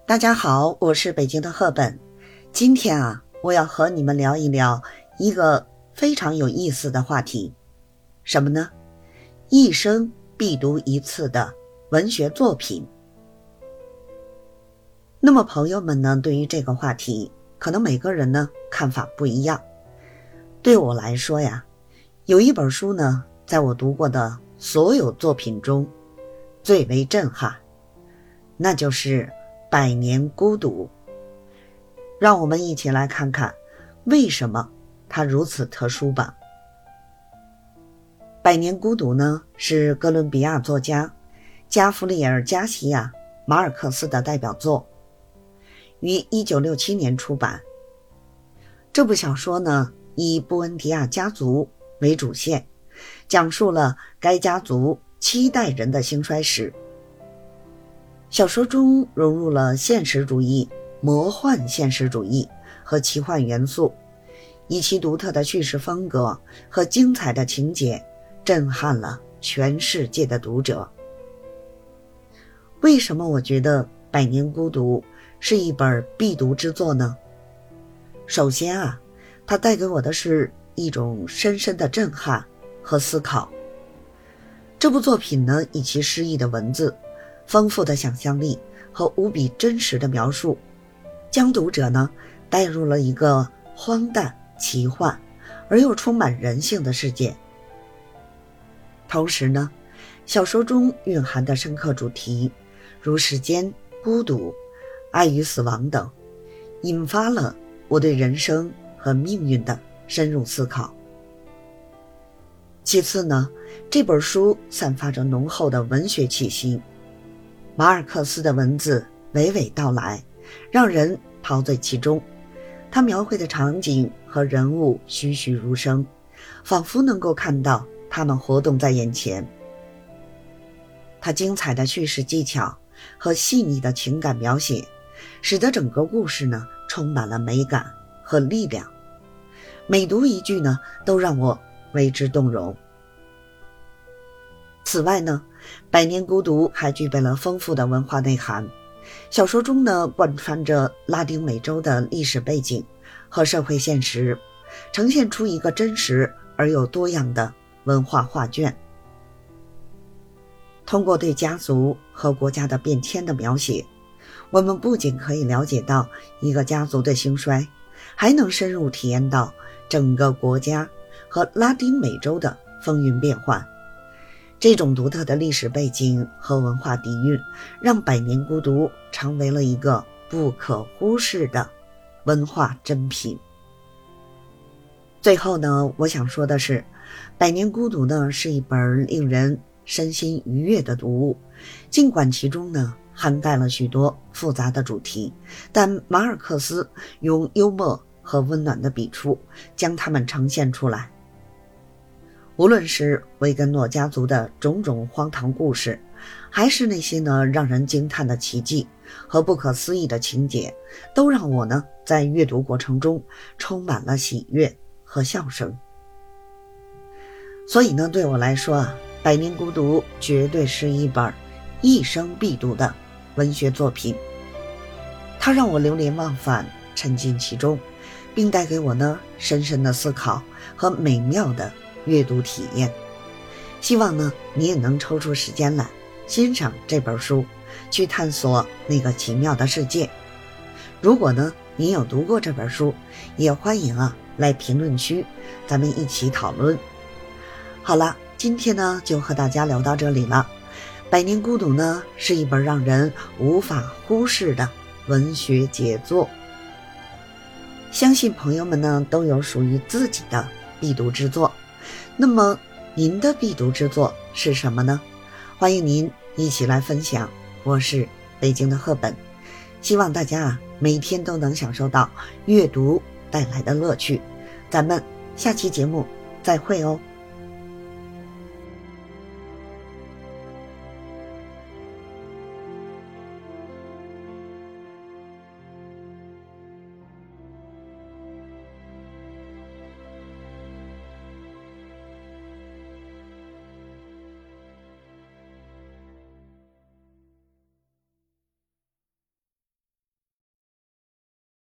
大家好，我是北京的赫本。今天我要和你们聊一聊一个非常有意思的话题。什么呢？一生必读一次的文学作品。那么朋友们呢，对于这个话题，可能每个人呢看法不一样。对我来说呀，有一本书呢，在我读过的所有作品中最为震撼，那就是《百年孤独》。让我们一起来看看为什么它如此特殊吧。《百年孤独》呢，是哥伦比亚作家加弗里尔·加西亚·马尔克斯的代表作，于1967年出版。这部小说呢，以布恩迪亚家族为主线，讲述了该家族7代人的兴衰史。小说中融入了现实主义、魔幻现实主义和奇幻元素，以其独特的叙事风格和精彩的情节震撼了全世界的读者。为什么我觉得《百年孤独》是一本必读之作呢？首先它带给我的是一种深深的震撼和思考。这部作品呢，以其诗意的文字、丰富的想象力和无比真实的描述，将读者呢带入了一个荒诞、奇幻而又充满人性的世界。同时呢，小说中蕴含的深刻主题，如时间、孤独、爱与死亡等，引发了我对人生和命运的深入思考。其次呢，这本书散发着浓厚的文学气息，马尔克斯的文字娓娓道来，让人陶醉其中。他描绘的场景和人物栩栩如生，仿佛能够看到他们活动在眼前。他精彩的叙事技巧和细腻的情感描写，使得整个故事呢充满了美感和力量，每读一句呢都让我为之动容。此外呢，《百年孤独》还具备了丰富的文化内涵。小说中呢，贯穿着拉丁美洲的历史背景和社会现实，呈现出一个真实而又多样的文化画卷。通过对家族和国家的变迁的描写，我们不仅可以了解到一个家族的兴衰，还能深入体验到整个国家和拉丁美洲的风云变幻。这种独特的历史背景和文化底蕴，让《百年孤独》成为了一个不可忽视的文化珍品。最后呢，我想说的是，《百年孤独》呢是一本令人身心愉悦的读物，尽管其中呢涵盖了许多复杂的主题，但马尔克斯用幽默和温暖的笔触将它们呈现出来。无论是维根诺家族的种种荒唐故事，还是那些呢让人惊叹的奇迹和不可思议的情节，都让我呢在阅读过程中充满了喜悦和笑声。所以呢，对我来说《百年孤独》绝对是一本一生必读的文学作品。它让我流连忘返，沉浸其中，并带给我呢深深的思考和美妙的阅读体验。希望呢你也能抽出时间来欣赏这本书，去探索那个奇妙的世界。如果呢你有读过这本书，也欢迎来评论区咱们一起讨论。好了，今天呢就和大家聊到这里了。《百年孤独》呢是一本让人无法忽视的文学杰作，相信朋友们呢都有属于自己的必读之作。那么您的必读之作是什么呢？欢迎您一起来分享。我是北京的赫本，希望大家每天都能享受到阅读带来的乐趣。咱们下期节目再会哦。